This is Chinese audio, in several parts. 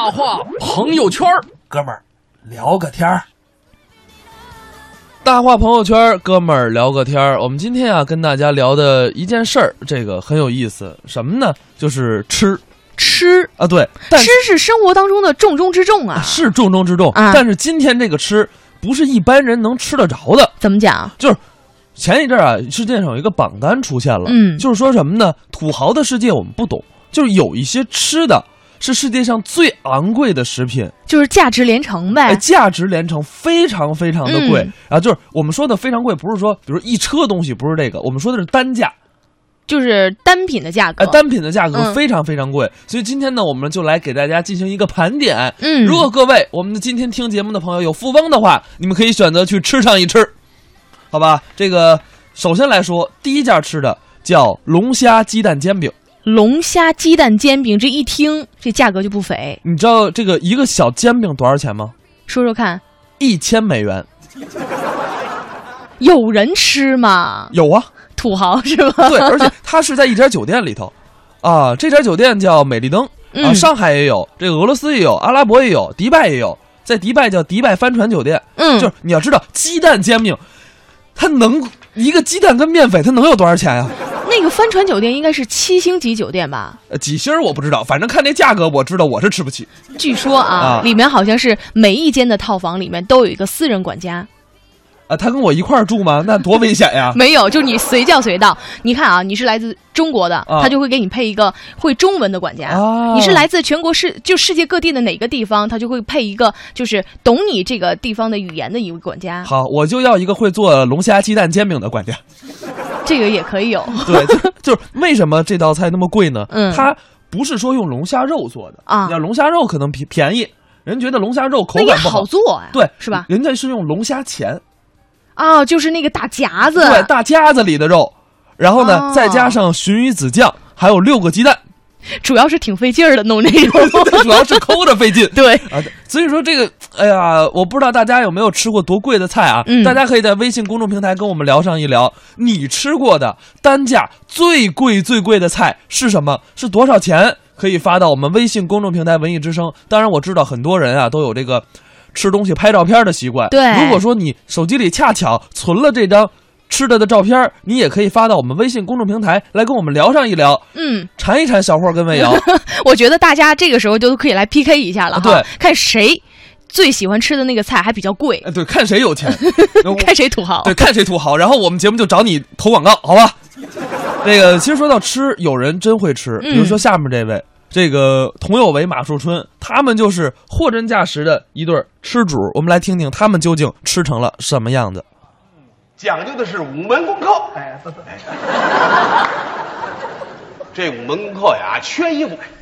大话朋友圈， 哥们儿聊个天儿。 大话朋友圈，哥们儿聊个天儿。我们今天啊，跟大家聊的一件事儿，这个很有意思，什么呢？就是吃啊，对， 吃是生活当中的重中之重啊， 是重中之重。但是今天这个吃不是一般人能吃得着的。 怎么讲？ 就是前一阵啊，世界上有一个榜单出现了，就是说什么呢？土豪的世界我们不懂，就是有一些吃的是世界上最昂贵的食品， 就是价值连城呗。 价值连城，非常非常的贵。然后就是我们说的非常贵，不是说比如一车东西，不是这个，我们说的是单价。 就是单品的价格， 单品的价格非常非常贵，所以今天呢，我们就来给大家进行一个盘点。如果各位我们今天听节目的朋友有富翁的话，你们可以选择去吃上一吃，好吧？这个首先来说，第一家吃的叫龙虾鸡蛋煎饼。 龙虾鸡蛋煎饼，这一听这价格就不菲。 你知道这个一个小煎饼多少钱吗？ 说说看。 $1000。 有人吃吗？ 有啊。 土豪是吧？ 对，而且它是在一家酒店里头，啊，这家酒店叫美丽登啊，上海也有，这个俄罗斯也有，阿拉伯也有，迪拜也有，在迪拜叫迪拜帆船酒店。就是你要知道，鸡蛋煎饼，它能一个鸡蛋跟面粉，它能有多少钱呀？ 那个帆船酒店应该是7星级酒店吧？ 几星我不知道，反正看那价格，我知道我是吃不起。 据说里面好像是每一间的套房里面都有一个私人管家。 他跟我一块儿住吗？那多危险呀！ 没有，就是你随叫随到。你看啊，你是来自中国的，他就会给你配一个会中文的管家；你是来自全国世界各地的哪个地方，他就会配一个就是懂你这个地方的语言的一个管家。 好，我就要一个会做龙虾鸡蛋煎饼的管家。 这个也可以有。 对，就是为什么这道菜那么贵呢？它不是说用龙虾肉做的啊，你要龙虾肉可能便宜，人觉得龙虾肉口感不好做呀， 对， 是吧？ 人家是用龙虾钳。 哦，就是那个大夹子， 对，大夹子里的肉，然后呢，再加上鲟鱼子酱，还有6个鸡蛋， 主要是挺费劲儿的弄这种， 主要是抠着费劲。 对啊，所以说这个，哎呀，我不知道大家有没有吃过多贵的菜啊？大家可以在微信公众平台跟我们聊上一聊，你吃过的单价最贵的菜是什么？是多少钱？可以发到我们微信公众平台文艺之声。当然，我知道很多人啊都有这个吃东西拍照片的习惯。 对， 如果说你手机里恰巧存了这张吃的照片，你也可以发到我们微信公众平台来跟我们聊上一聊。馋一馋小霍跟魏瑶。 我觉得大家这个时候就可以来 PK 一下了哈， 对， 看谁最喜欢吃的那个菜还比较贵。 对，看谁有钱， 看谁土豪。 对，看谁土豪。然后我们节目就找你投广告，好吧？这个其实说到吃，有人真会吃，比如说下面这位。这个佟有为、马树春，他们就是货真价实的一对吃主。我们来听听他们究竟吃成了什么样子。 讲究的是5门功课。这5门功课呀，缺一不可。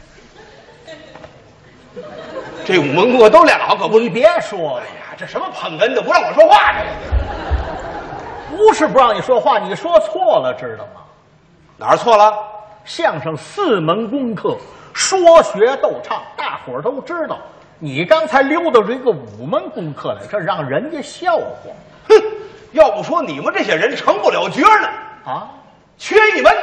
这5门功课都练好，可不。 你别说了呀，这什么捧哏的，不让我说话这。 不是不让你说话，你说错了，知道吗？ 哪儿错了？ 相声4门功课。说学逗唱，大伙儿都知道。你刚才溜达出一个5门功课来，这让人家笑话。 哼，要不说你们这些人成不了角呢啊，缺一门。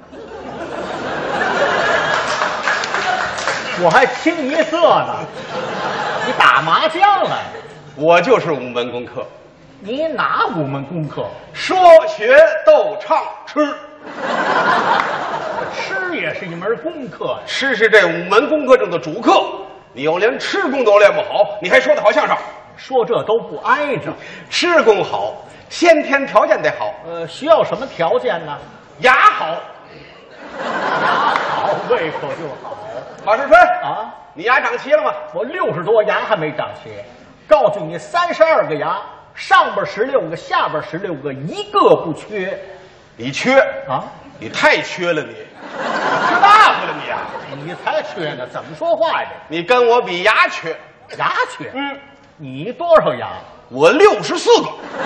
我还清一色呢。你打麻将来？ 我就是5门功课。 你哪5门功课？ 说学逗唱吃。 吃也是一门功课， 吃是这5门功课中的主课。你要连吃功都练不好，你还说得好相声？ 说这都不挨着。 吃功好，先天条件得好。 需要什么条件呢？ 牙好， 牙好，胃口就好。 马世春啊，你牙长齐了吗？ 我60多牙还没长齐。告诉你，32个牙，上边16个，下边16个，一个不缺。 你缺啊？你太缺了，你吃大发了你呀！ 你才缺呢，怎么说话呀？ 你跟我比牙缺， 牙缺。你多少牙？ 我64个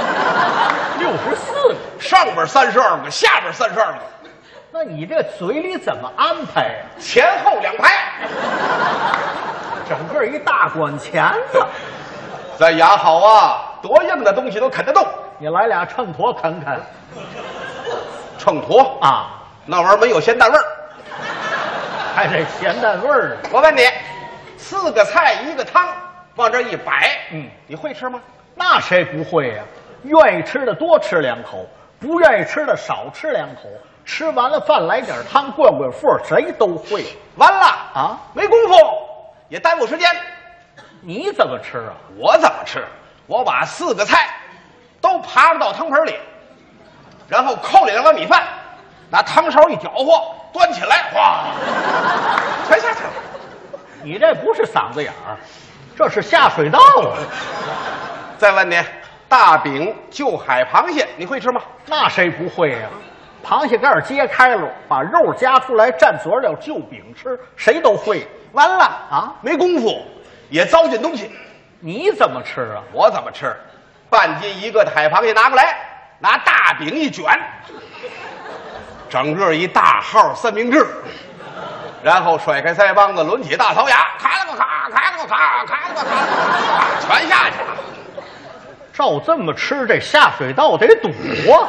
，64个， 上边32个，下边32个。 那你这嘴里怎么安排呀？ 前后2排， 整个一大管钳子。 咱牙好啊，多硬的东西都啃得动。 你来俩秤砣啃啃。 秤砣啊，那玩意儿没有咸淡味儿， 还得咸淡味儿。 我问你 4个菜1个汤，往这一摆，你会吃吗？ 那谁不会呀？愿意吃的多吃2口，不愿意吃的少吃2口。吃完了饭来点汤，过过腹，谁都会。 完了啊， 没功夫，也耽误时间。 你怎么吃啊？ 我怎么吃？我把4个菜都爬到汤盆里，然后扣里2碗米饭，拿汤勺一搅和，端起来，哗，全下去了。 你这不是嗓子眼儿，这是下水道啊！ 再问你，大饼就海螃蟹，你会吃吗？ 那谁不会呀？螃蟹盖揭开了，把肉夹出来蘸佐料就饼吃，谁都会。 完了啊， 没功夫，也糟践东西。 你怎么吃啊？ 我怎么吃？半斤1个的海螃蟹拿过来，拿大饼一卷，整个一大号三明治，然后甩开腮帮子，抡起大槽牙，咔了个咔，咔了个咔，咔了个咔，全下去了。 照这么吃，这下水道得堵啊！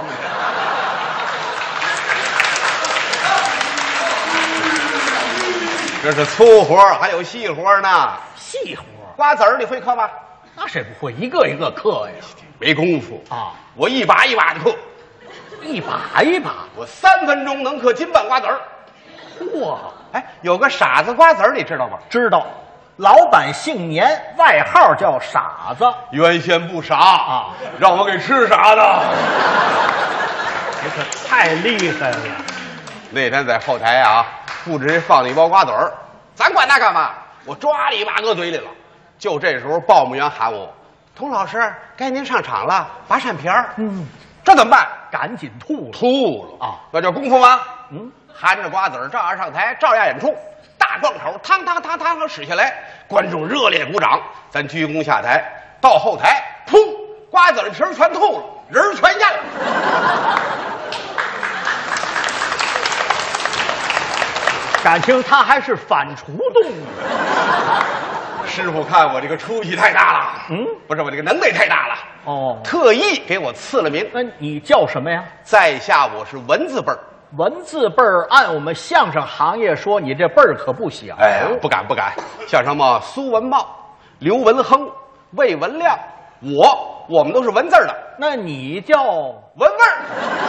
这是粗活，还有细活呢。 细活， 瓜子儿你会嗑吗？ 那谁不会？一个一个嗑呀。 没功夫啊！ 我一把一把的嗑， 一把一把， 我3分钟能嗑斤半瓜子儿。 嚯！ 哎，有个傻子瓜子儿，你知道吗？ 知道，老板姓年，外号叫傻子。 原先不傻啊， 让我给吃傻的。 你可太厉害了！ 那天在后台啊，不知放了一包瓜子儿，咱管他干嘛？我抓了一把搁嘴里了。就这时候，报幕员喊我：“童老师，该您上场了，拔扇皮儿。”这怎么办？ 赶紧吐了啊！ 那叫功夫吗？含着瓜子儿照样上台，照样演出。大贯口，汤汤汤汤使下来，观众热烈鼓掌。咱鞠躬下台，到后台，噗，瓜子儿皮儿全吐了，人儿全咽了。 感情他还是反刍动物。 师傅看我这个出息太大了，不是我这个能耐太大了， 哦， 特意给我赐了名。 那你叫什么呀？ 在下我是文字辈儿。 文字辈儿，按我们相声行业说，你这辈儿可不小。 哎，不敢不敢，像什么苏文茂、刘文亨、魏文亮，我们都是文字的。 那你叫文味儿。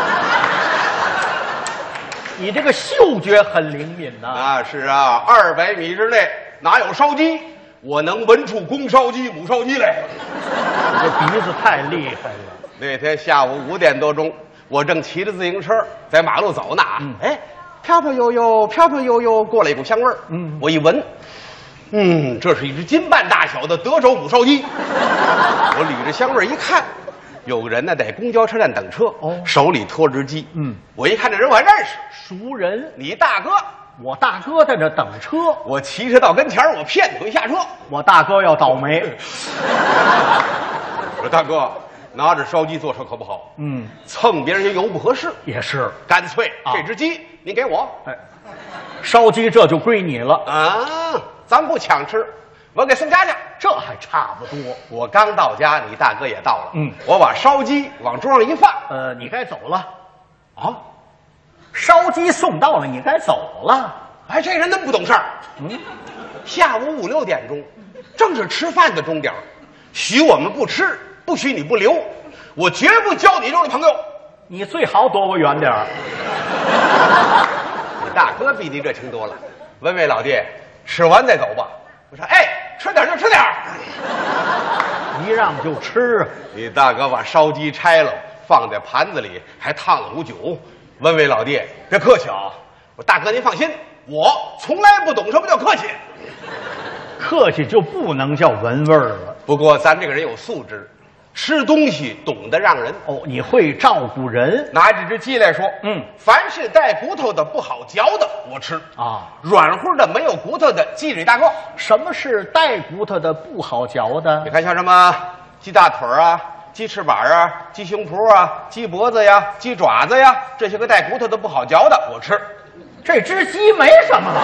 你这个嗅觉很灵敏呐。 啊，是啊，200米之内哪有烧鸡？我能闻出公烧鸡、母烧鸡来。 你这鼻子太厉害了。 那天下午5点多钟，我正骑着自行车在马路走呢，哎，飘飘悠悠，飘飘悠悠过来一股香味儿，我一闻，这是一只斤半大小的德州母烧鸡。我捋着香味儿一看，有个人呢在公交车站等车，手里托只鸡，我一看这人我还认识， 熟人， 你大哥。 我大哥在这等车， 我骑车到跟前我骗腿下车， 我大哥要倒霉。 我说大哥，拿着烧鸡坐车可不好，蹭别人油不合适。 也是， 干脆这只鸡您给我， 烧鸡这就归你了啊！咱不抢吃，我给送家去， 这还差不多。 我刚到家，你大哥也到了，我把烧鸡往桌上一放， 你该走了，啊。烧鸡送到了，你该走了。 哎，这人那么不懂事儿。下午5、6点钟，正是吃饭的钟点，许我们不吃，不许你不留，我绝不交你这种朋友。 你最好躲我远点儿。 你大哥比你热情多了。文伟老弟，吃完再走吧。我说，哎，吃点就吃点， 一让就吃。 你大哥把烧鸡拆了，放在盘子里，还烫了壶酒。文伟老弟，别客气啊！我大哥您放心，我从来不懂什么叫客气。 客气就不能叫闻味儿了。 不过咱这个人有素质，吃东西懂得让人。 哦，你会照顾人。 拿这只鸡来说，凡是带骨头的不好嚼的，我吃啊；软乎的没有骨头的鸡腿大个。 什么是带骨头的不好嚼的？ 你看像什么鸡大腿啊、鸡翅膀啊、鸡胸脯啊、鸡脖子呀、鸡爪子呀，这些个带骨头的不好嚼的，我吃。 这只鸡没什么了。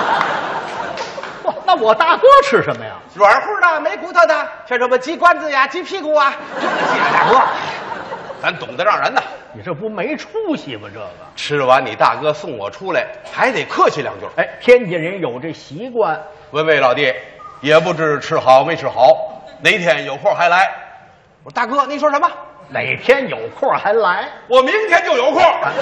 那我大哥吃什么呀？ 软乎的、没骨头的，像什么鸡冠子呀、鸡屁股啊，这个鸡大哥，咱懂得让人呐。 你这不没出息吗？这个吃完你大哥送我出来，还得客气两句。 哎，天津人有这习惯。 文伟老弟， 也不知吃好没吃好，哪天有空还来。我说大哥，你说什么？ 哪天有空还来？ 我明天就有空。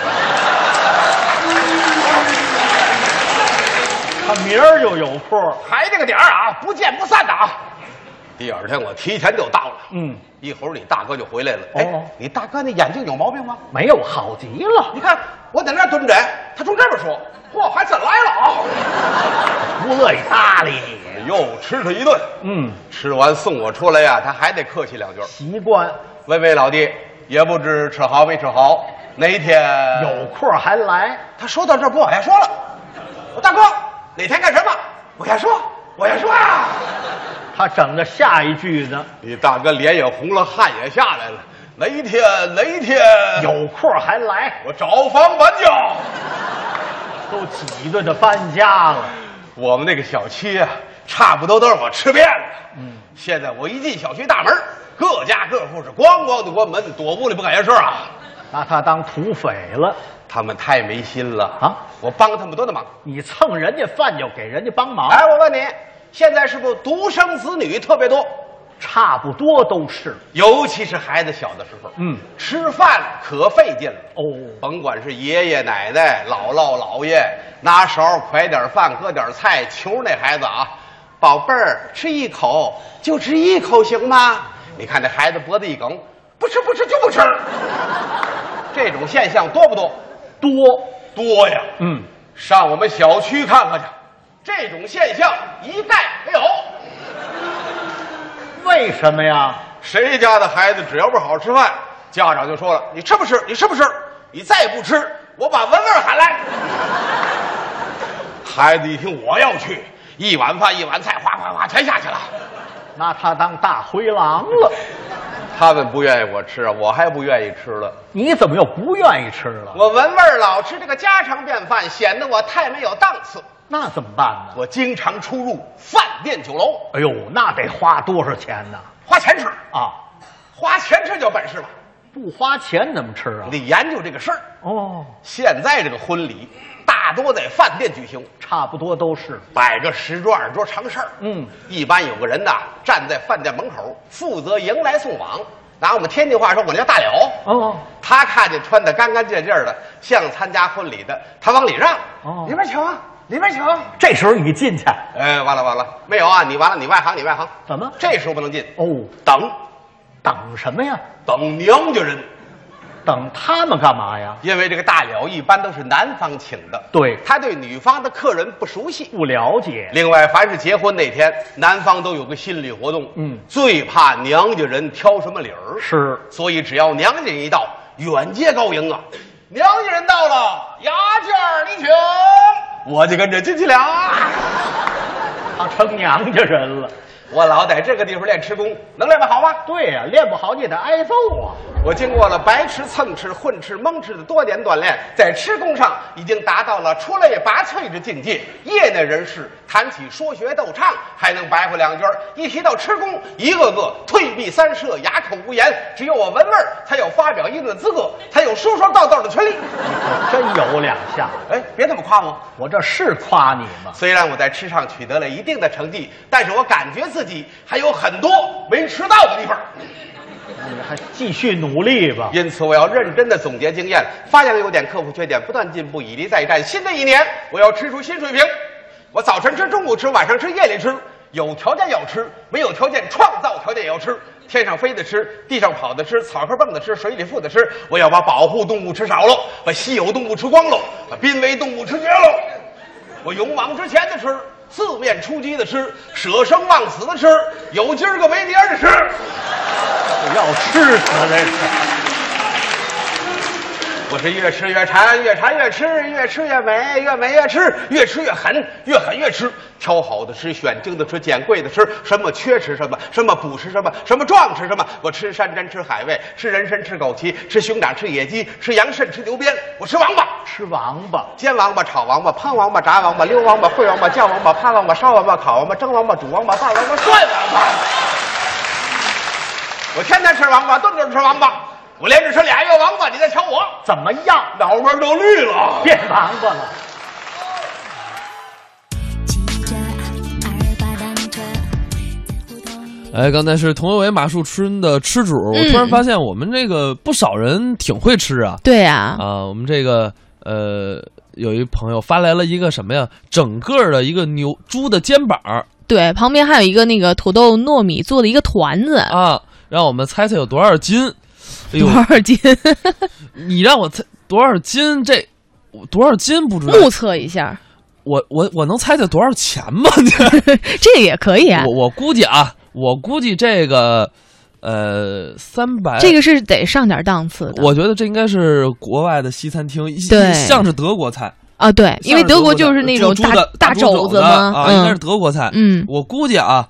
他明儿就有空， 还这个点儿啊，不见不散的啊。第二天我提前就到了，一会儿你大哥就回来了。哎，你大哥那眼睛有毛病吗？ 没有，好极了。 你看我在那儿蹲着，他从这边说，嚯，还真来了啊！ 不乐意搭理你， 又吃他一顿。吃完送我出来呀，他还得客气两句。 习惯。 问问老弟，也不知吃好没吃好，哪天有空还来？ 他说到这儿不往下说了。我大哥，哪天干什么？我先说，我先说啊。 他整着下一句呢。 你大哥脸也红了，汗也下来了。哪天有空还来？ 我找房搬家， 都挤兑着搬家了。 我们那个小区啊，差不多都让我吃遍了。现在我一进小区大门，各家各户是咣咣的关门，躲屋里不敢言事啊。 拿他当土匪了。 他们太没心了啊！ 我帮他们多大忙？ 你蹭人家饭就给人家帮忙？ 哎，我问你，现在是不是独生子女特别多？ 差不多都是， 尤其是孩子小的时候，吃饭可费劲了哦。 甭管是爷爷奶奶、姥姥姥爷，拿勺㧟点饭，搁点菜，求那孩子啊，宝贝儿，吃一口就吃一口行吗？你看这孩子脖子一梗，不吃就不吃。这种现象多不多？多呀。上我们小区看看去，这种现象一概没有。 为什么呀？ 谁家的孩子只要不好好吃饭，家长就说了：“你吃不吃？你吃不吃？你再不吃，我把文文喊来。”孩子一听我要去，一碗饭一碗菜，哗哗哗全下去了， 拿他当大灰狼了。 他们不愿意我吃，我还不愿意吃了。 你怎么又不愿意吃了？ 我文文老吃这个家常便饭，显得我太没有档次。 那怎么办呢？ 我经常出入饭店酒楼。 哎呦，那得花多少钱呢？ 花钱吃啊， 花钱吃叫本事吧？ 不花钱怎么吃啊？ 你得研究这个事儿。 哦， 现在这个婚礼大多在饭店举行， 差不多都是摆个10桌20桌常事儿。一般有个人呐站在饭店门口，负责迎来送往。拿我们天津话说，我叫大了。 哦， 他看见穿得干干净净的，像参加婚礼的，他往里让。 哦， 里边请啊，里边请。 这时候你进去， 哎，完了，没有啊，你完了，你外行，你外行。 怎么？ 这时候不能进。 哦，等什么呀？ 等娘家人。 等他们干嘛呀？ 因为这个大了一般都是男方请的， 对， 他对女方的客人不熟悉， 不了解。 另外，凡是结婚那天，男方都有个心理活动，最怕娘家人挑什么理儿。 是， 所以只要娘家人一到，远接高迎啊！娘家人到了，牙尖你请，我就跟着进去了。 他成娘家人了。 我老在这个地方练吃功，能练得好吗？ 对呀，练不好你得挨揍啊！ 我经过了白吃、蹭吃、混吃、蒙吃的多年锻炼，在吃功上已经达到了出类拔萃之境界。业内人士谈起说学逗唱，还能白话两句；一提到吃功，一个个退避三舍，哑口无言。只有我文文才有发表议论的资格，才有说说道道的权利。 你可真有两下！ 哎，别这么夸我， 我这是夸你吗？ 虽然我在吃上取得了一定的成绩，但是我感觉自己还有很多没吃到的地方。 你还继续努力吧。 因此，我要认真的总结经验，发现优点，克服缺点，不断进步，以力再战。新的一年，我要吃出新水平。我早晨吃，中午吃，晚上吃，夜里吃。有条件要吃，没有条件创造条件也要吃。天上飞的吃，地上跑的吃，草根蹦的吃，水里浮的吃。我要把保护动物吃少喽，把稀有动物吃光喽，把濒危动物吃绝喽。我勇往直前的吃，四面出击的吃，舍生忘死的吃，有今儿个没明儿的吃。 要吃死这是。 我是越吃越馋，越馋越吃，越吃越美，越美越吃，越吃越狠，越狠越吃。挑好的吃，选精的吃，捡贵的吃，什么缺吃什么，什么补吃什么，什么壮吃什么。我吃山珍，吃海味，吃人参，吃枸杞，吃熊掌，吃野鸡，吃羊肾，吃牛鞭。我吃王八， 吃王八， 煎王八，炒王八，烹王八，炸王八，溜王八，烩王八，酱王八，趴王八，烧王八，烤王八，蒸王八，煮王八，拌王八，涮王八。我天天吃王八，顿顿吃王八。我连着吃俩月王八，你再瞧我怎么样？ 脑门都绿了， 变王八了。 骑着288单车哎，刚才是佟有为马树春的吃主，我突然发现我们这个不少人挺会吃啊。 对啊， 我们这个有一朋友发来了一个什么呀？整个的一个猪的肩膀， 对，旁边还有一个那个土豆糯米做的一个团子啊，让我们猜猜有多少斤？哎呦， 多少斤？ 你让我猜多少斤？这多少斤不知道？ 目测一下。 我能猜猜多少钱吗？ 这个也可以啊。 我估计这个300， 这个是得上点档次的。 我觉得这应该是国外的西餐厅， 对， 像是德国菜啊。对，因为德国就是那种大肘子嘛， 啊，应该是德国菜。我估计啊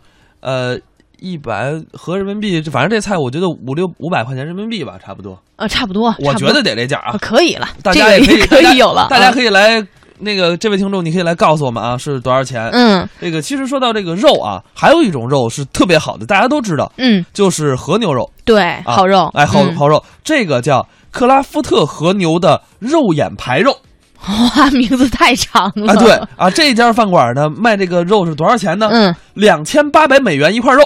，100合人民币，反正这菜我觉得500块钱人民币吧，差不多。 差不多。 我觉得得这价啊， 可以了， 大家也可以有了， 大家可以来。那个，这位听众，你可以来告诉我们啊，是多少钱？这个其实说到这个肉啊，还有一种肉是特别好的，大家都知道，就是和牛肉。 对，好肉， 哎，好肉，这个叫克拉夫特和牛的肉眼排肉。 哇，名字太长了啊！对啊，这家饭馆呢卖这个肉是多少钱呢？$2800一块肉。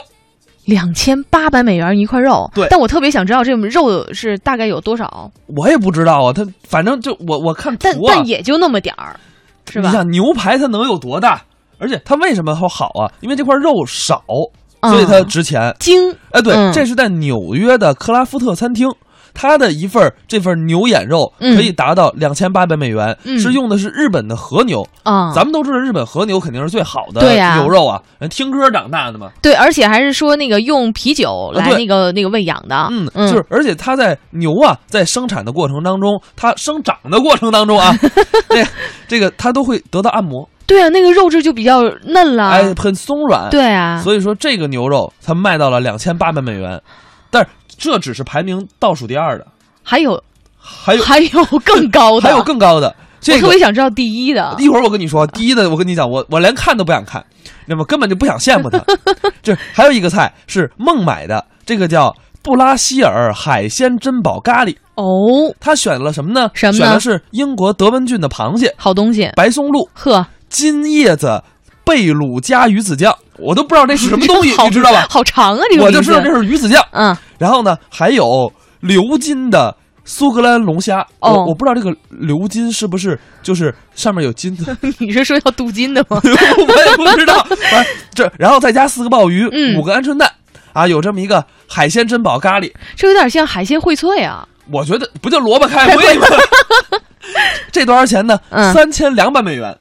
$2800一块肉， 对， 但我特别想知道这种肉是大概有多少。 我也不知道啊，它反正就我看图但也就那么点儿，是吧？ 你想牛排它能有多大？而且它为什么好啊？因为这块肉少，所以它值钱。 精， 哎，对，这是在纽约的克拉夫特餐厅。它的这份牛眼肉可以达到$2800，是用的是日本的和牛啊。咱们都知道日本和牛肯定是最好的牛肉啊，人听歌长大的嘛。 对，而且还是说那个用啤酒来那个喂养的。 就是而且它在牛啊在生产的过程当中，它生长的过程当中啊，这个它都会得到按摩。 对啊，那个肉质就比较嫩了， 哎，很松软。 对啊， 所以说这个牛肉它卖到了$2800，但是这只是排名倒数第2的，还有更高的， 还有更高的。 我特别想知道第一的。 一会儿我跟你说，第一的我跟你讲，我连看都不想看，那么根本就不想羡慕他。这还有一个菜是孟买的，这个叫布拉希尔海鲜珍宝咖喱。 哦， 他选了什么呢？ 选的是英国德文郡的螃蟹， 好东西， 白松露，金叶子贝鲁加鱼子酱。我都不知道这是什么东西，你知道吧？ 好长啊，这个我就知道这是鱼子酱。然后呢，还有鎏金的苏格兰龙虾。我不知道这个鎏金是不是就是上面有金子？ 你是说要镀金的吗？ 我也不知道。然后再加4个鲍鱼，5个鹌鹑蛋啊，有这么一个海鲜珍宝咖喱。 这有点像海鲜荟萃啊。 我觉得不就萝卜开会吗？这多少钱呢？$3200。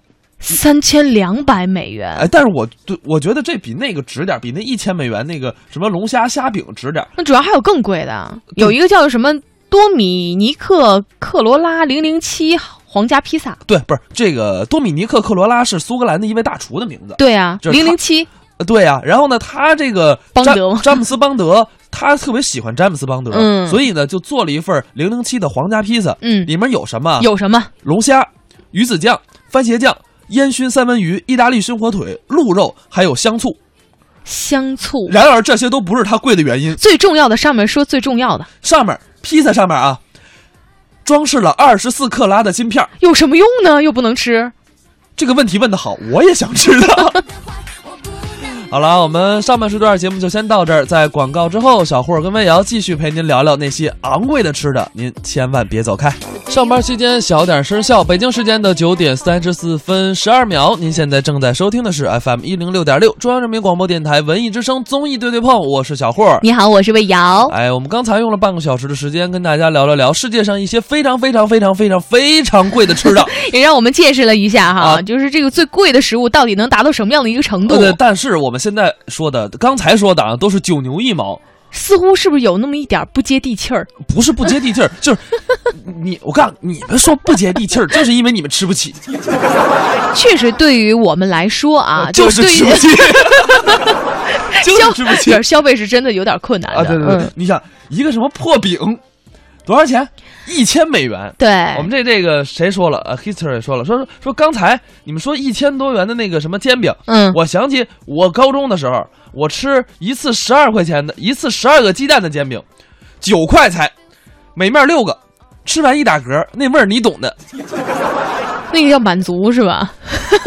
$3200， 哎，但是我觉得这比那个值点，比那$1000那个什么龙虾虾饼值点。 那主要还有更贵的，有一个叫什么多米尼克克罗拉007皇家披萨。 对，不是这个多米尼克克罗拉是苏格兰的一位大厨的名字。 对啊，007。 对啊，然后呢，他这个詹姆斯邦德，他特别喜欢詹姆斯邦德，所以呢就做了一份007的皇家披萨。里面有什么？龙虾、鱼子酱、番茄酱。烟熏三文鱼、意大利熏火腿、鹿肉，还有香醋。然而这些都不是它贵的原因。 最重要的，上面说最重要的， 披萨上面啊，装饰了24克拉的金片。 有什么用呢？又不能吃。 这个问题问得好，我也想知道。好了，我们上半时段节目就先到这儿，在广告之后，小霍跟魏瑶继续陪您聊聊那些昂贵的吃的，您千万别走开。上班期间小点声效，北京时间的9点34分12秒，您现在正在收听的是 FM 106.6中央人民广播电台文艺之声综艺对对碰，我是小霍。 你好，我是魏瑶。 哎，我们刚才用了半个小时的时间跟大家聊了聊世界上一些非常贵的吃的， 也让我们见识了一下哈，就是这个最贵的食物到底能达到什么样的一个程度。 但是我们现在刚才说的啊，都是9牛1毛， 似乎是不是有那么一点不接地气儿？ 不是不接地气儿，就是我告诉你们说不接地气儿，就是因为你们吃不起。 确实，对于我们来说啊， 就是吃不起，就是吃不起， 消费是真的有点困难的。 对，你想一个什么破饼，多少钱？$1000。 对， 我们这个谁说了？History 也说了，说刚才你们说$1000多的那个什么煎饼，我想起我高中的时候，我吃一次12块钱的，一次12个鸡蛋的煎饼，9块才，每面6个，吃完一打嗝，那味儿你懂的。 那个叫满足是吧？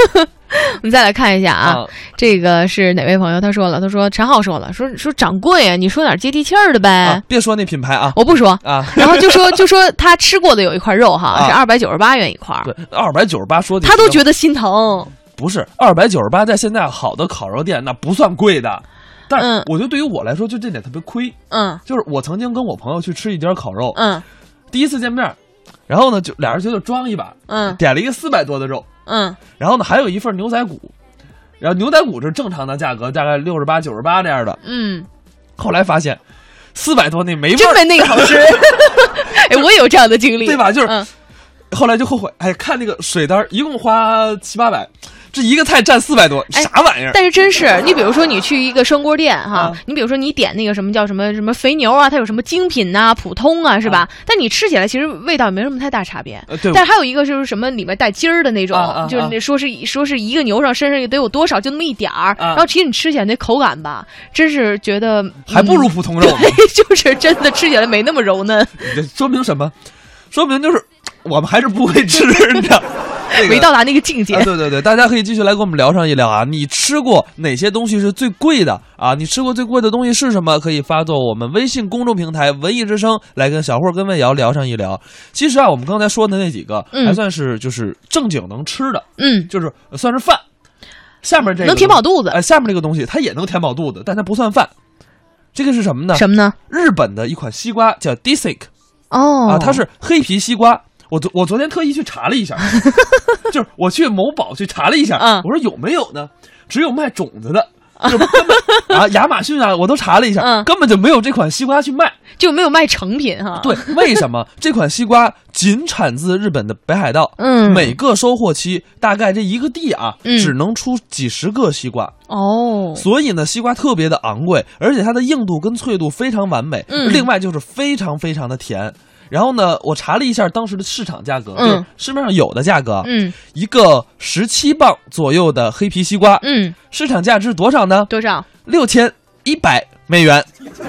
我们再来看一下啊，这个是哪位朋友？他说陈浩说了，说掌柜啊，你说点接地气儿的呗， 别说那品牌啊， 我不说啊。 然后就说他吃过的有一块肉哈，是298元一块， 对，298说他都觉得心疼。 不是298，在现在好的烤肉店那不算贵的，但是我觉得对于我来说，就这点特别亏。就是我曾经跟我朋友去吃一家烤肉，第一次见面，然后呢就俩人就装一把，点了一个400多的肉。然后呢，还有一份牛仔骨，然后牛仔骨是正常的价格，大概68、98这样的。后来发现400多那没味儿， 真没那个好吃。哎，我也有这样的经历， 对吧？就是，后来就后悔，哎，看那个水单，一共花700、800。这一个菜占400多，啥玩意儿？ 但是真是，你比如说你去一个涮锅店哈，你比如说你点那个什么叫什么肥牛啊，它有什么精品啊、普通啊，是吧？但你吃起来其实味道也没什么太大差别。 对。 但是还有一个就是什么里面带筋儿的那种，就是说是一个牛上身上得有多少，就那么一点儿。然后其实你吃起来那口感吧，真是觉得还不如普通肉。 就是真的吃起来没那么柔嫩。 这说明什么？说明就是我们还是不会吃，你知道。 没到达那个境界。 对，大家可以继续来跟我们聊上一聊啊！你吃过哪些东西是最贵的啊？你吃过最贵的东西是什么？可以发到我们微信公众平台文艺之声来跟小霍跟魏瑶聊上一聊。其实啊，我们刚才说的那几个还算是就是正经能吃的，就是算是饭。下面这个能填饱肚子， 下面这个东西它也能填饱肚子，但它不算饭。这个是什么呢？ 什么呢？ 日本的一款西瓜叫 Disc。它是黑皮西瓜。我昨天特意去查了一下，就是我去某宝去查了一下，我说有没有呢？只有卖种子的，就根本亚马逊啊，我都查了一下，根本就没有这款西瓜去卖， 就没有卖成品哈。 对，为什么？这款西瓜仅产自日本的北海道，每个收获期大概这一个地啊，只能出几十个西瓜所以呢，西瓜特别的昂贵，而且它的硬度跟脆度非常完美，另外就是非常非常的甜。然后呢，我查了一下当时的市场价格，就是市面上有的价格，一个17磅左右的黑皮西瓜，市场价值多少呢？ 多少 ？6100美元。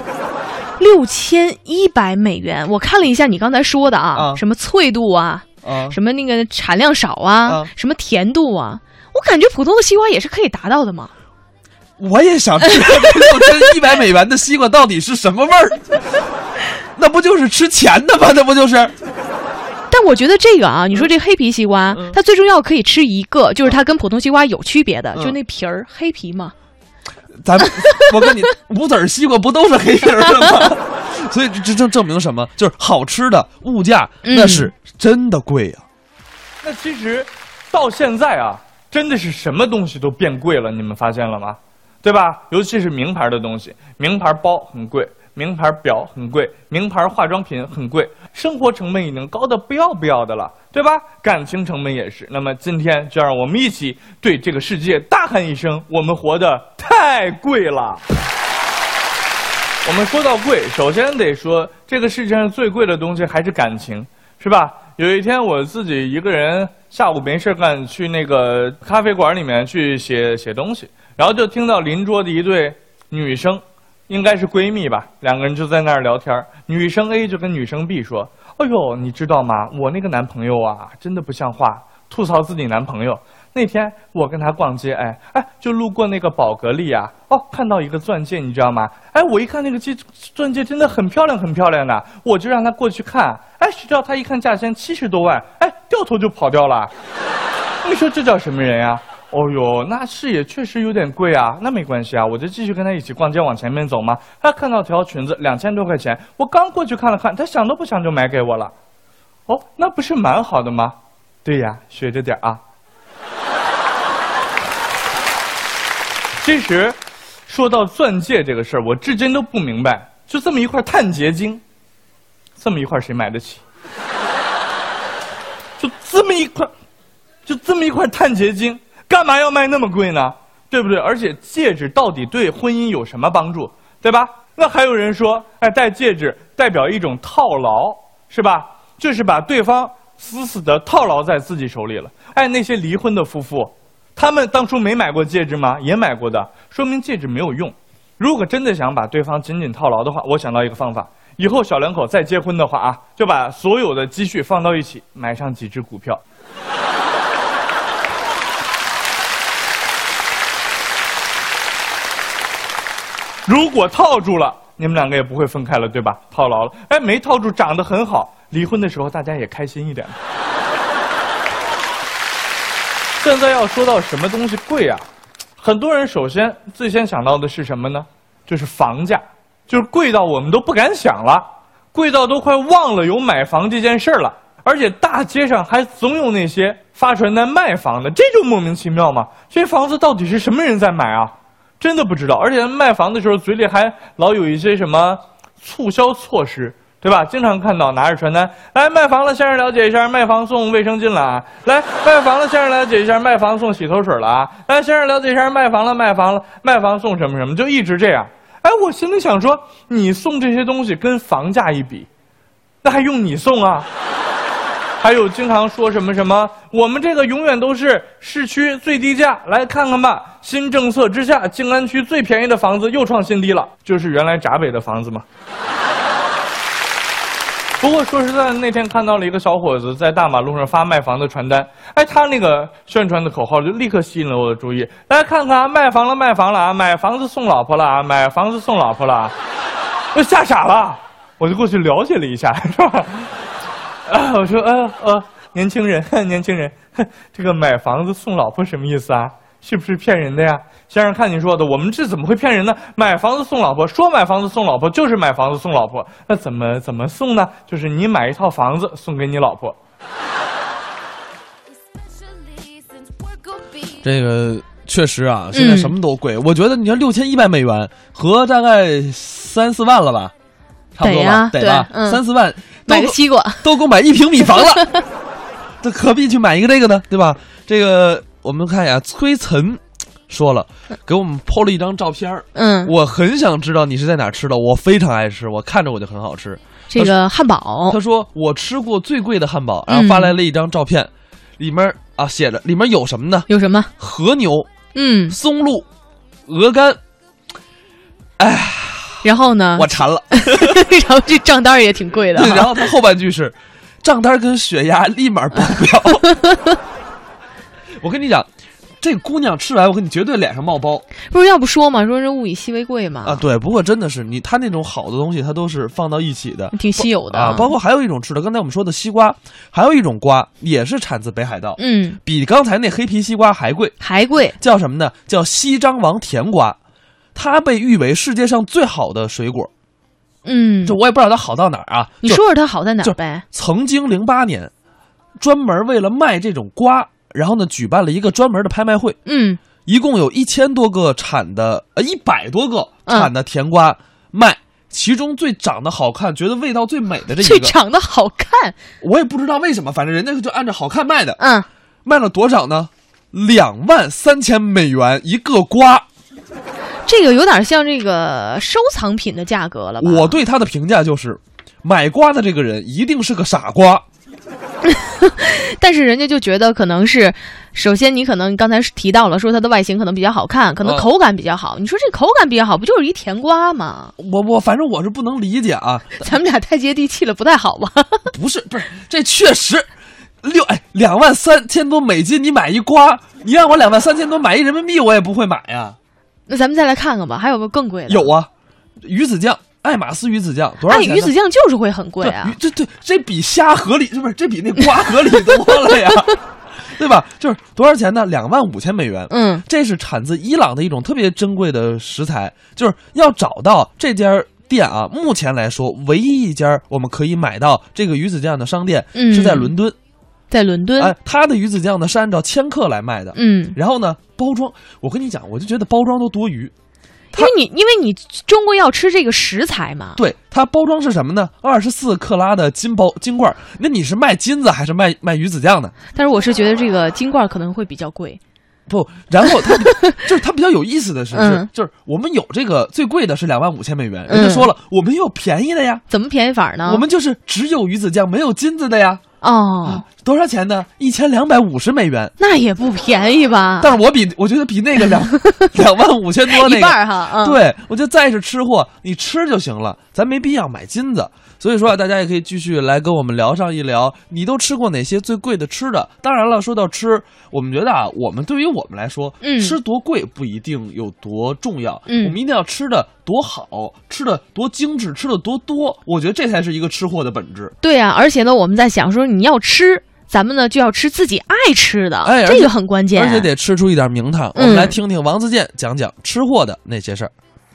6100美元，我看了一下你刚才说的什么脆度什么那个产量少什么甜度我感觉普通的西瓜也是可以达到的嘛。 我也想知道这6100美元的西瓜到底是什么味儿？那不就是吃钱的吗？那不就是？ 但我觉得这个你说这黑皮西瓜，它最重要可以吃一个，就是它跟普通西瓜有区别的，就是那皮儿黑皮嘛。 我跟你无籽西瓜不都是黑皮儿的吗？所以这证明什么？就是好吃的物价那是真的贵啊。 那其实到现在真的是什么东西都变贵了，你们发现了吗？对吧？尤其是名牌的东西，名牌包很贵。名牌表很贵，名牌化妆品很贵，生活成本已经高的不要的了，对吧？感情成本也是。那么今天就让我们一起对这个世界大喊一声：我们活得太贵了。我们说到贵，首先得说这个世界上最贵的东西还是感情，是吧？有一天我自己一个人下午没事干，去那个咖啡馆里面去写东西，然后就听到邻桌的一对女生。应该是闺蜜吧，两个人就在那儿聊天。女生 A 就跟女生 B 说：“哎呦，你知道吗？我那个男朋友真的不像话，吐槽自己男朋友。那天我跟他逛街，就路过那个宝格丽看到一个钻戒，你知道吗？我一看那个钻戒真的很漂亮，很漂亮的，我就让他过去看。谁知道他一看价钱70多万，掉头就跑掉了。你说这叫什么人呀？”哦呦，那是也确实有点贵那没关系我就继续跟他一起逛街往前面走嘛。他看到条裙子2000多块钱，我刚过去看了看，他想都不想就买给我了。那不是蛮好的吗？对呀，学着点其实说到钻戒这个事儿，我至今都不明白，就这么一块碳结晶，这么一块谁买得起？就这么一块碳结晶。干嘛要卖那么贵呢？对不对？而且戒指到底对婚姻有什么帮助？对吧？那还有人说，戴戒指代表一种套牢，是吧？就是把对方死死的套牢在自己手里了。那些离婚的夫妇，他们当初没买过戒指吗？也买过的，说明戒指没有用。如果真的想把对方紧紧套牢的话，我想到一个方法，以后小两口再结婚的话就把所有的积蓄放到一起，买上几只股票。 如果套住了，你们两个也不会分开了，对吧？套牢了，哎，没套住，长得很好，离婚的时候大家也开心一点。现在要说到什么东西贵啊，很多人最先想到的是什么呢？就是房价，就是贵到我们都不敢想了，贵到都快忘了有买房这件事儿了。而且大街上还总有那些发传单卖房的，这就莫名其妙嘛。这房子到底是什么人在买啊？真的不知道。而且卖房的时候嘴里还老有一些什么促销措施，对吧？经常看到拿着传单，来卖房了，先生了解一下，卖房送卫生巾了啊！来卖房了，先生了解一下，卖房送洗头水了啊！来，先生了解一下，卖房了，卖房送什么什么，就一直这样。哎，我心里想说，你送这些东西跟房价一比，那还用你送啊？还有经常说什么，我们这个永远都是市区最低价，来看看吧。新政策之下，静安区最便宜的房子又创新低了，就是原来闸北的房子嘛。不过说实在的，那天看到了一个小伙子在大马路上发卖房的传单，哎，他那个宣传的口号就立刻吸引了我的注意。来看看啊，卖房了啊，买房子送老婆了啊，买房子送老婆了啊，我吓傻了，我就过去了解了一下，是吧？啊，我说年轻人，这个买房子送老婆什么意思啊？是不是骗人的呀？先生，看你说的，我们这怎么会骗人呢？买房子送老婆，说买房子送老婆就是买房子送老婆，那怎么送呢？就是你买一套房子送给你老婆。 这个确实啊，现在什么都贵。我觉得你看6100美元合大概3、4万了吧，差不多吧，得吧，3、4万买个西瓜都够买1平米房了，这何必去买一个这个呢？对吧？这个我们看一下，崔岑说了，给我们PO了一张照片。我很想知道你是在哪吃的，我非常爱吃，我看着我就很好吃。 这个汉堡， 他说我吃过最贵的汉堡，然后发来了一张照片，里面啊写着里面有什么呢？ 有什么？ 和牛，松露，鹅肝。哎， 然后呢？ 我馋了。 然后这账单也挺贵的。 对，然后他后半句是，账单跟血压立马爆表。我跟你讲，这姑娘吃完，我跟你绝对脸上冒包。 不是要不说嘛，说是物以稀为贵嘛。 啊，对。不过真的是他那种好的东西，它都是放到一起的， 挺稀有的啊。包括还有一种吃的，刚才我们说的西瓜，还有一种瓜也是产自北海道，比刚才那黑皮西瓜还贵，叫什么呢？叫西张王甜瓜，它被誉为世界上最好的水果。就我也不知道它好到哪儿啊。 你说说它好在哪儿呗？ 曾经08年，专门为了卖这种瓜。然后呢，举办了一个专门的拍卖会，一共有1000多个产的100多个产的甜瓜卖，其中最长得好看、觉得味道最美的这一个， 最长得好看， 我也不知道为什么，反正人家就按照好看卖的，卖了多少呢？23000美元一个瓜， 这个有点像这个收藏品的价格了吧？ 我对他的评价就是，买瓜的这个人一定是个傻瓜。 但是人家就觉得可能是，首先你可能刚才提到了说它的外形可能比较好看，可能口感比较好。你说这口感比较好，不就是一甜瓜吗？ 我反正我是不能理解啊。 咱们俩太接地气了，不太好吧？ 不是，这确实23000多美金你买一瓜，你让我23000多买一人民币，我也不会买呀。 那咱们再来看看吧，还有个更贵的。 有啊，鱼子酱。爱马仕鱼子酱多少钱？ 鱼子酱就是会很贵啊！ 这比虾合理，是不是？这比那瓜合理多了呀，对吧？就是多少钱呢？25000美元。这是产自伊朗的一种特别珍贵的食材，就是要找到这家店啊。目前来说，唯一一家我们可以买到这个鱼子酱的商店是在伦敦。 在伦敦， 它的鱼子酱呢是按照千克来卖的。然后呢，包装，我跟你讲，我就觉得包装都多余。 因为你中国要吃这个食材嘛。 对，它包装是什么呢？24克拉的金罐。那你是卖金子还是卖鱼子酱的？ 但是我是觉得这个金罐可能会比较贵。 不，然后它比较有意思的是，就是我们有这个最贵的是25000美元，人家说了，我们也有便宜的呀。 怎么便宜法呢？ 我们就是只有鱼子酱没有金子的呀。多少钱呢？1250美元， 那也不便宜吧？ 但是我觉得比那个25000多那个一半哈。 对，我觉得再是吃货，你吃就行了， 咱没必要买金子。所以说啊，大家也可以继续来跟我们聊上一聊，你都吃过哪些最贵的吃的？当然了，说到吃，我们觉得啊，对于我们来说，吃多贵不一定有多重要，我们一定要吃的多好，吃的多精致，吃的多多，我觉得这才是一个吃货的本质。 对啊，而且呢，我们在想说，你要吃，咱们呢就要吃自己爱吃的，这个很关键， 而且得吃出一点名堂。我们来听听王自健讲讲吃货的那些事儿。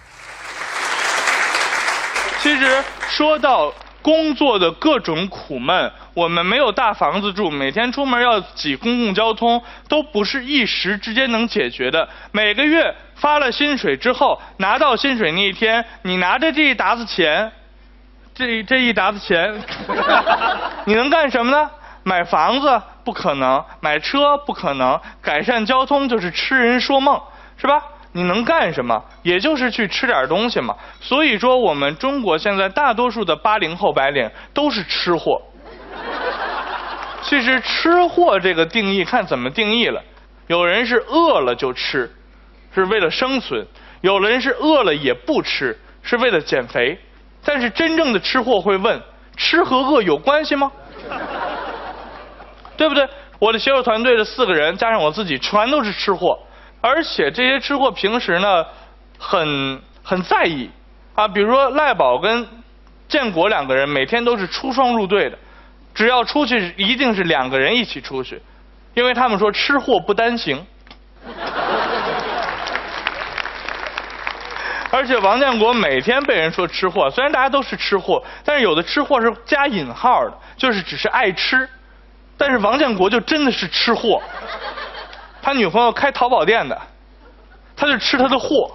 其实说到工作的各种苦闷，我们没有大房子住，每天出门要挤公共交通，都不是一时之间能解决的。每个月发了薪水之后，拿到薪水那一天，你拿着这一沓子钱，这一沓子钱，你能干什么呢？买房子不可能，买车不可能，改善交通就是痴人说梦，是吧？你能干什么？也就是去吃点东西嘛。所以说，我们中国现在大多数的80后白领都是吃货。其实吃货这个定义看怎么定义了。有人是饿了就吃，是为了生存；有人是饿了也不吃，是为了减肥。但是真正的吃货会问：吃和饿有关系吗？对不对？我的写手团队的4个人加上我自己，全都是吃货。而且这些吃货平时呢，很在意啊，比如说赖宝跟建国2个人每天都是出双入对的，只要出去一定是2个人一起出去，因为他们说吃货不单行。而且王建国每天被人说吃货，虽然大家都是吃货，但是有的吃货是加引号的，就是只是爱吃，但是王建国就真的是吃货。他女朋友开淘宝店的，他就吃他的货，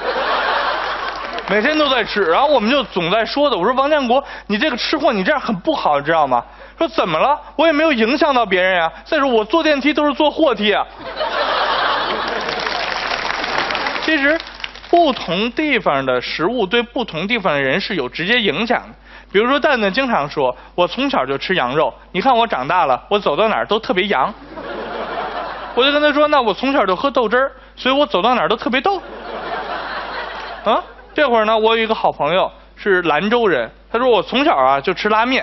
每天都在吃。然后我们就总在说的，我说王建国，你这个吃货，你这样很不好，知道吗？说怎么了？我也没有影响到别人啊。再说我坐电梯都是坐货梯啊。其实，不同地方的食物对不同地方的人是有直接影响的。比如说蛋蛋经常说，我从小就吃羊肉，你看我长大了，我走到哪儿都特别洋。我就跟他说，那我从小就喝豆汁儿，所以我走到哪儿都特别逗。啊，这会儿呢，我有一个好朋友是兰州人，他说我从小啊就吃拉面。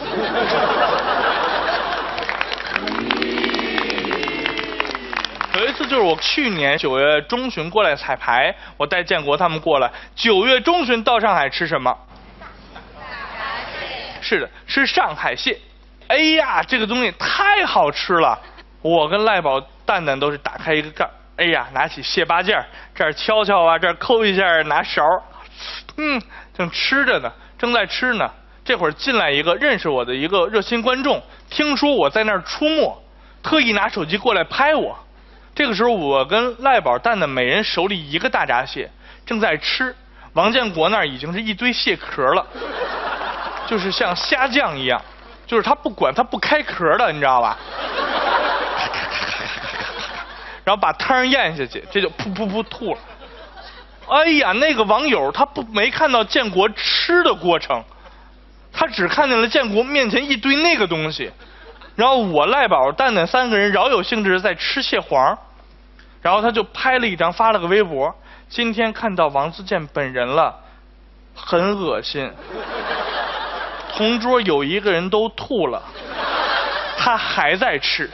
有一次就是我去年9月中旬过来彩排，我带建国他们过来，9月中旬到上海吃什么？是的，吃上海蟹。哎呀，这个东西太好吃了。我跟赖宝、蛋蛋都是打开一个盖，哎呀，拿起蟹八件，这儿敲敲啊，这儿抠一下，拿勺，正吃着呢，正在吃呢。这会儿进来一个认识我的一个热心观众，听说我在那儿出没，特意拿手机过来拍我。这个时候，我跟赖宝、蛋蛋每人手里一个大闸蟹，正在吃。王建国那儿已经是一堆蟹壳了，就是像虾酱一样，就是他不管，他不开壳的，你知道吧？然后把汤咽下去，这就噗噗噗吐了。哎呀，那个网友他没看到建国吃的过程，他只看见了建国面前一堆那个东西。然后我赖宝、蛋蛋3个人饶有兴致在吃蟹黄，然后他就拍了一张发了个微博，今天看到王自健本人了，很恶心。同桌有一个人都吐了，他还在吃。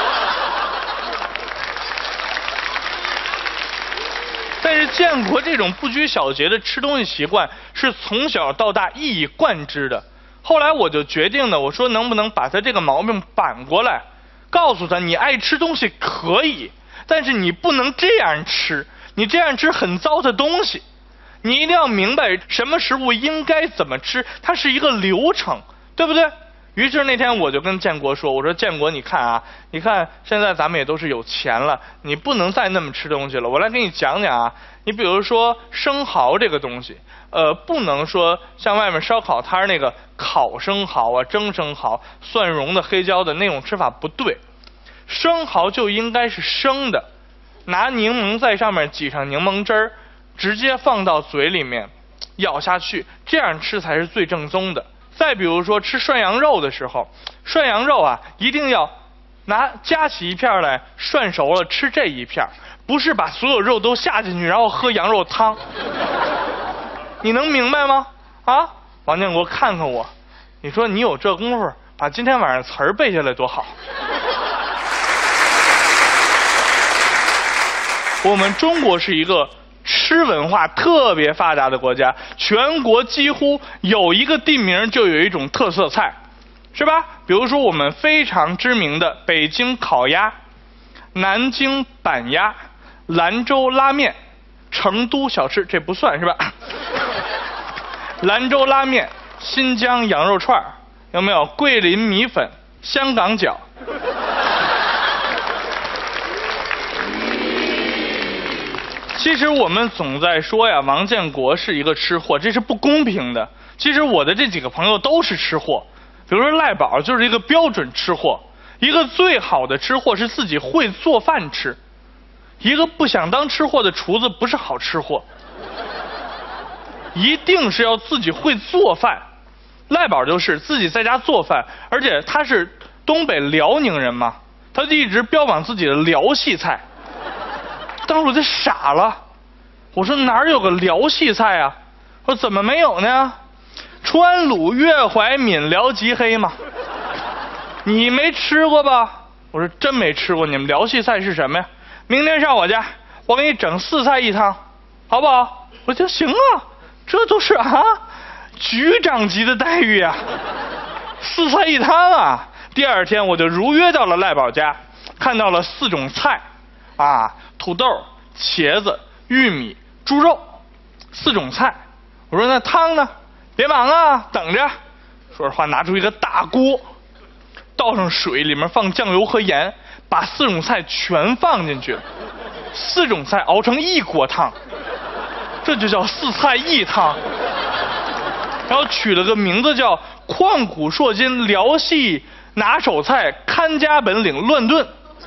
但是建国这种不拘小节的吃东西习惯是从小到大一以贯之的。后来我就决定呢，我说能不能把他这个毛病反过来，告诉他你爱吃东西可以，但是你不能这样吃，你这样吃很糟的东西。你一定要明白什么食物应该怎么吃，它是一个流程，对不对？于是那天我就跟建国说，我说建国，你看啊，你看现在咱们也都是有钱了，你不能再那么吃东西了。我来给你讲讲啊，你比如说生蚝这个东西，不能说像外面烧烤摊那个烤生蚝啊、蒸生蚝、蒜蓉的、黑椒的那种吃法不对，生蚝就应该是生的，拿柠檬在上面挤上柠檬汁儿，直接放到嘴里面咬下去，这样吃才是最正宗的。再比如说吃涮羊肉的时候，涮羊肉啊一定要夹起一片来，涮熟了吃这一片，不是把所有肉都下进去然后喝羊肉汤。你能明白吗？ 啊？王建国看看我，你说你有这功夫，把今天晚上词儿背下来多好。我们中国是一个吃文化特别发达的国家，全国几乎有一个地名就有一种特色菜，是吧？比如说我们非常知名的北京烤鸭、南京板鸭、兰州拉面、成都小吃，这不算是吧？兰州拉面、新疆羊肉串，有没有？桂林米粉、香港饺。其实我们总在说呀，王建国是一个吃货，这是不公平的。其实我的这几个朋友都是吃货，比如说赖宝就是一个标准吃货。一个最好的吃货是自己会做饭吃，一个不想当吃货的厨子不是好吃货，一定是要自己会做饭。赖宝就是自己在家做饭，而且他是东北辽宁人嘛，他就一直标榜自己的辽系菜。当时我就傻了，我说哪有个辽系菜啊？我说怎么没有呢？川鲁粤淮闽辽吉黑嘛，你没吃过吧？我说真没吃过。你们辽系菜是什么呀？明天上我家，我给你整4菜1汤，好不好？我说行啊，这都是局长级的待遇啊，4菜1汤啊。第二天我就如约到了赖宝家，看到了4种菜土豆、茄子、玉米、猪肉，4种菜。我说那汤呢？别忙啊，等着。说实话，拿出一个大锅，倒上水，里面放酱油和盐，把4种菜全放进去，4种菜熬成1锅汤，这就叫4菜1汤。然后取了个名字叫旷古烁今辽系拿手菜看家本领乱炖。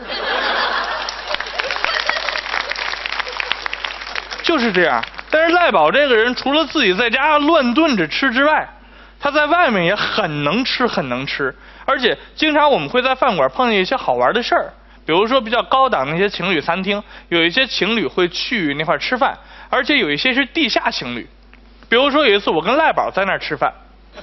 就是这样。但是赖宝这个人除了自己在家乱炖着吃之外，他在外面也很能吃，很能吃。而且经常我们会在饭馆碰见一些好玩的事儿，比如说比较高档的那些情侣餐厅，有一些情侣会去那块吃饭，而且有一些是地下情侣。比如说有一次我跟赖宝在那儿吃饭，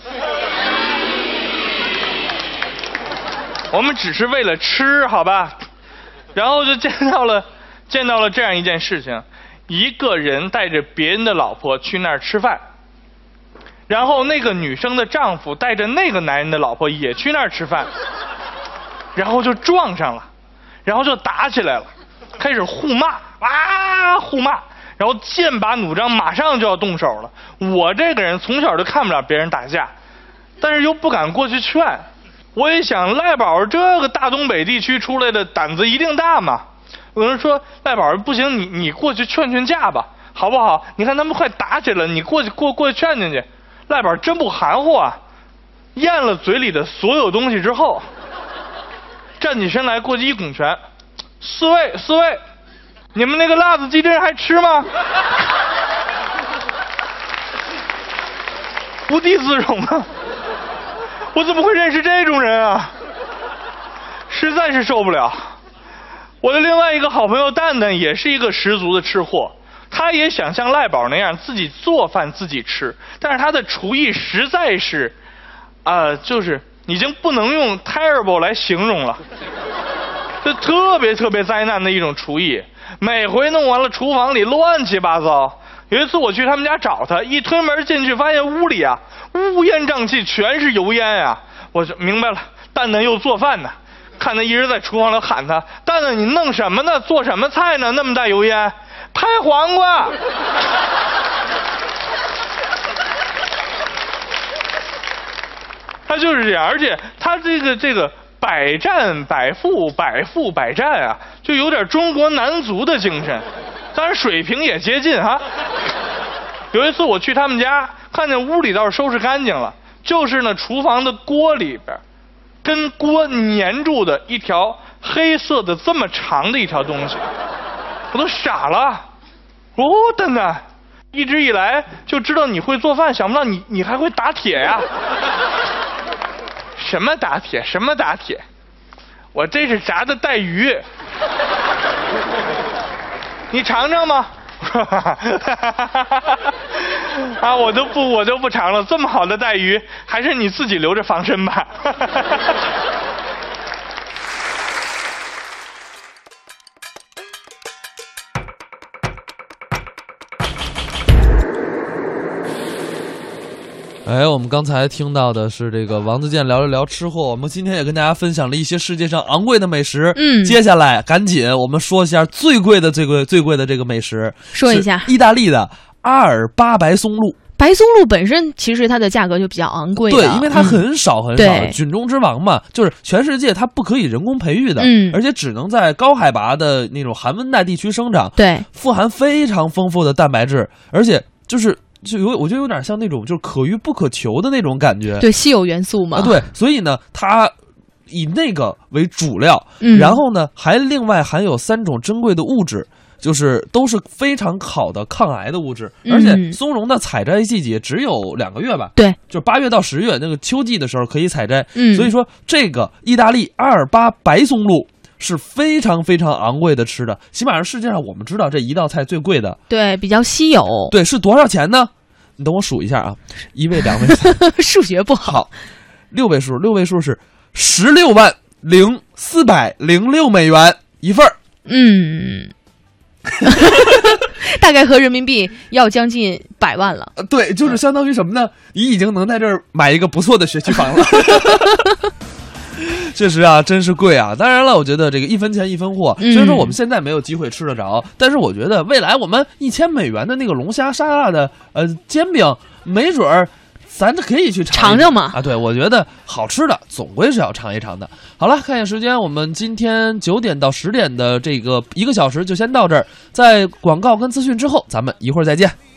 我们只是为了吃，好吧？然后就见到了这样一件事情。一个人带着别人的老婆去那儿吃饭，然后那个女生的丈夫带着那个男人的老婆也去那儿吃饭，然后就撞上了，然后就打起来了，开始互骂，互骂，然后剑拔弩张，马上就要动手了。我这个人从小就看不了别人打架，但是又不敢过去劝。我也想赖宝这个大东北地区出来的胆子一定大嘛。有人说赖宝不行，你过去劝架吧，好不好？你看他们快打起来了，你过去劝进去。赖宝真不含糊啊，咽了嘴里的所有东西之后，站起身来过去一拱拳，四位，你们那个辣子鸡胗还吃吗？不地自容啊！我怎么会认识这种人啊？实在是受不了。我的另外一个好朋友蛋蛋也是一个十足的吃货，他也想像赖宝那样自己做饭自己吃，但是他的厨艺实在是就是已经不能用 terrible 来形容了，这特别灾难的一种厨艺，每回弄完了厨房里乱七八糟。有一次我去他们家找他，一推门进去发现屋里乌烟瘴气，全是油烟啊！我就明白了，蛋蛋又做饭呢。看他一直在厨房里喊他，蛋蛋你弄什么呢？做什么菜呢？那么大油烟，拍黄瓜。他就是这样，而且他这个百战百负，百负百战啊，就有点中国男足的精神，当然水平也接近哈。有一次我去他们家，看见屋里倒是收拾干净了，就是那厨房的锅里边跟锅粘住的一条黑色的这么长的一条东西，我都傻了。蛋蛋，一直以来就知道你会做饭，想不到你还会打铁呀！什么打铁？我这是炸的带鱼，你尝尝吗？ 啊，我都不尝了，这么好的带鱼，还是你自己留着防身吧。 哎，我们刚才听到的是这个王自健聊了聊吃货，我们今天也跟大家分享了一些世界上昂贵的美食。接下来赶紧我们说一下最贵的这个美食， 说一下意大利的阿尔巴白松露。 白松露本身其实它的价格就比较昂贵的， 对，因为它很少很少，菌中之王嘛，就是全世界它不可以人工培育的，而且只能在高海拔的那种寒温带地区生长， 对， 富含非常丰富的蛋白质，而且我觉得有点像那种就是可遇不可求的那种感觉， 对，稀有元素嘛， 对，所以呢，它以那个为主料，然后呢，还另外含有3种珍贵的物质。就是都是非常好的抗癌的物质，而且松茸的采摘季节只有2个月吧？ 对， 就8月到10月那个秋季的时候可以采摘。所以说这个意大利阿尔巴白松露是非常非常昂贵的吃的，起码是世界上我们知道这一道菜最贵的， 对，比较稀有。 对，是多少钱呢？你等我数一下啊，1位2位， 数学不好 ，6位数是16.0406美元一份儿。 大概合人民币要将近100万了。 对，就是相当于什么呢？你已经能在这儿买一个不错的学区房了。确实啊，真是贵啊！当然了，我觉得这个1分钱1分货。虽然说我们现在没有机会吃得着，但是我觉得未来我们1000美元的那个龙虾沙拉的煎饼，没准儿咱可以去尝尝嘛啊！对，我觉得好吃的总归是要尝一尝的。好了，看一下时间，我们今天9点到10点的这个1个小时就先到这儿，在广告跟资讯之后，咱们一会儿再见。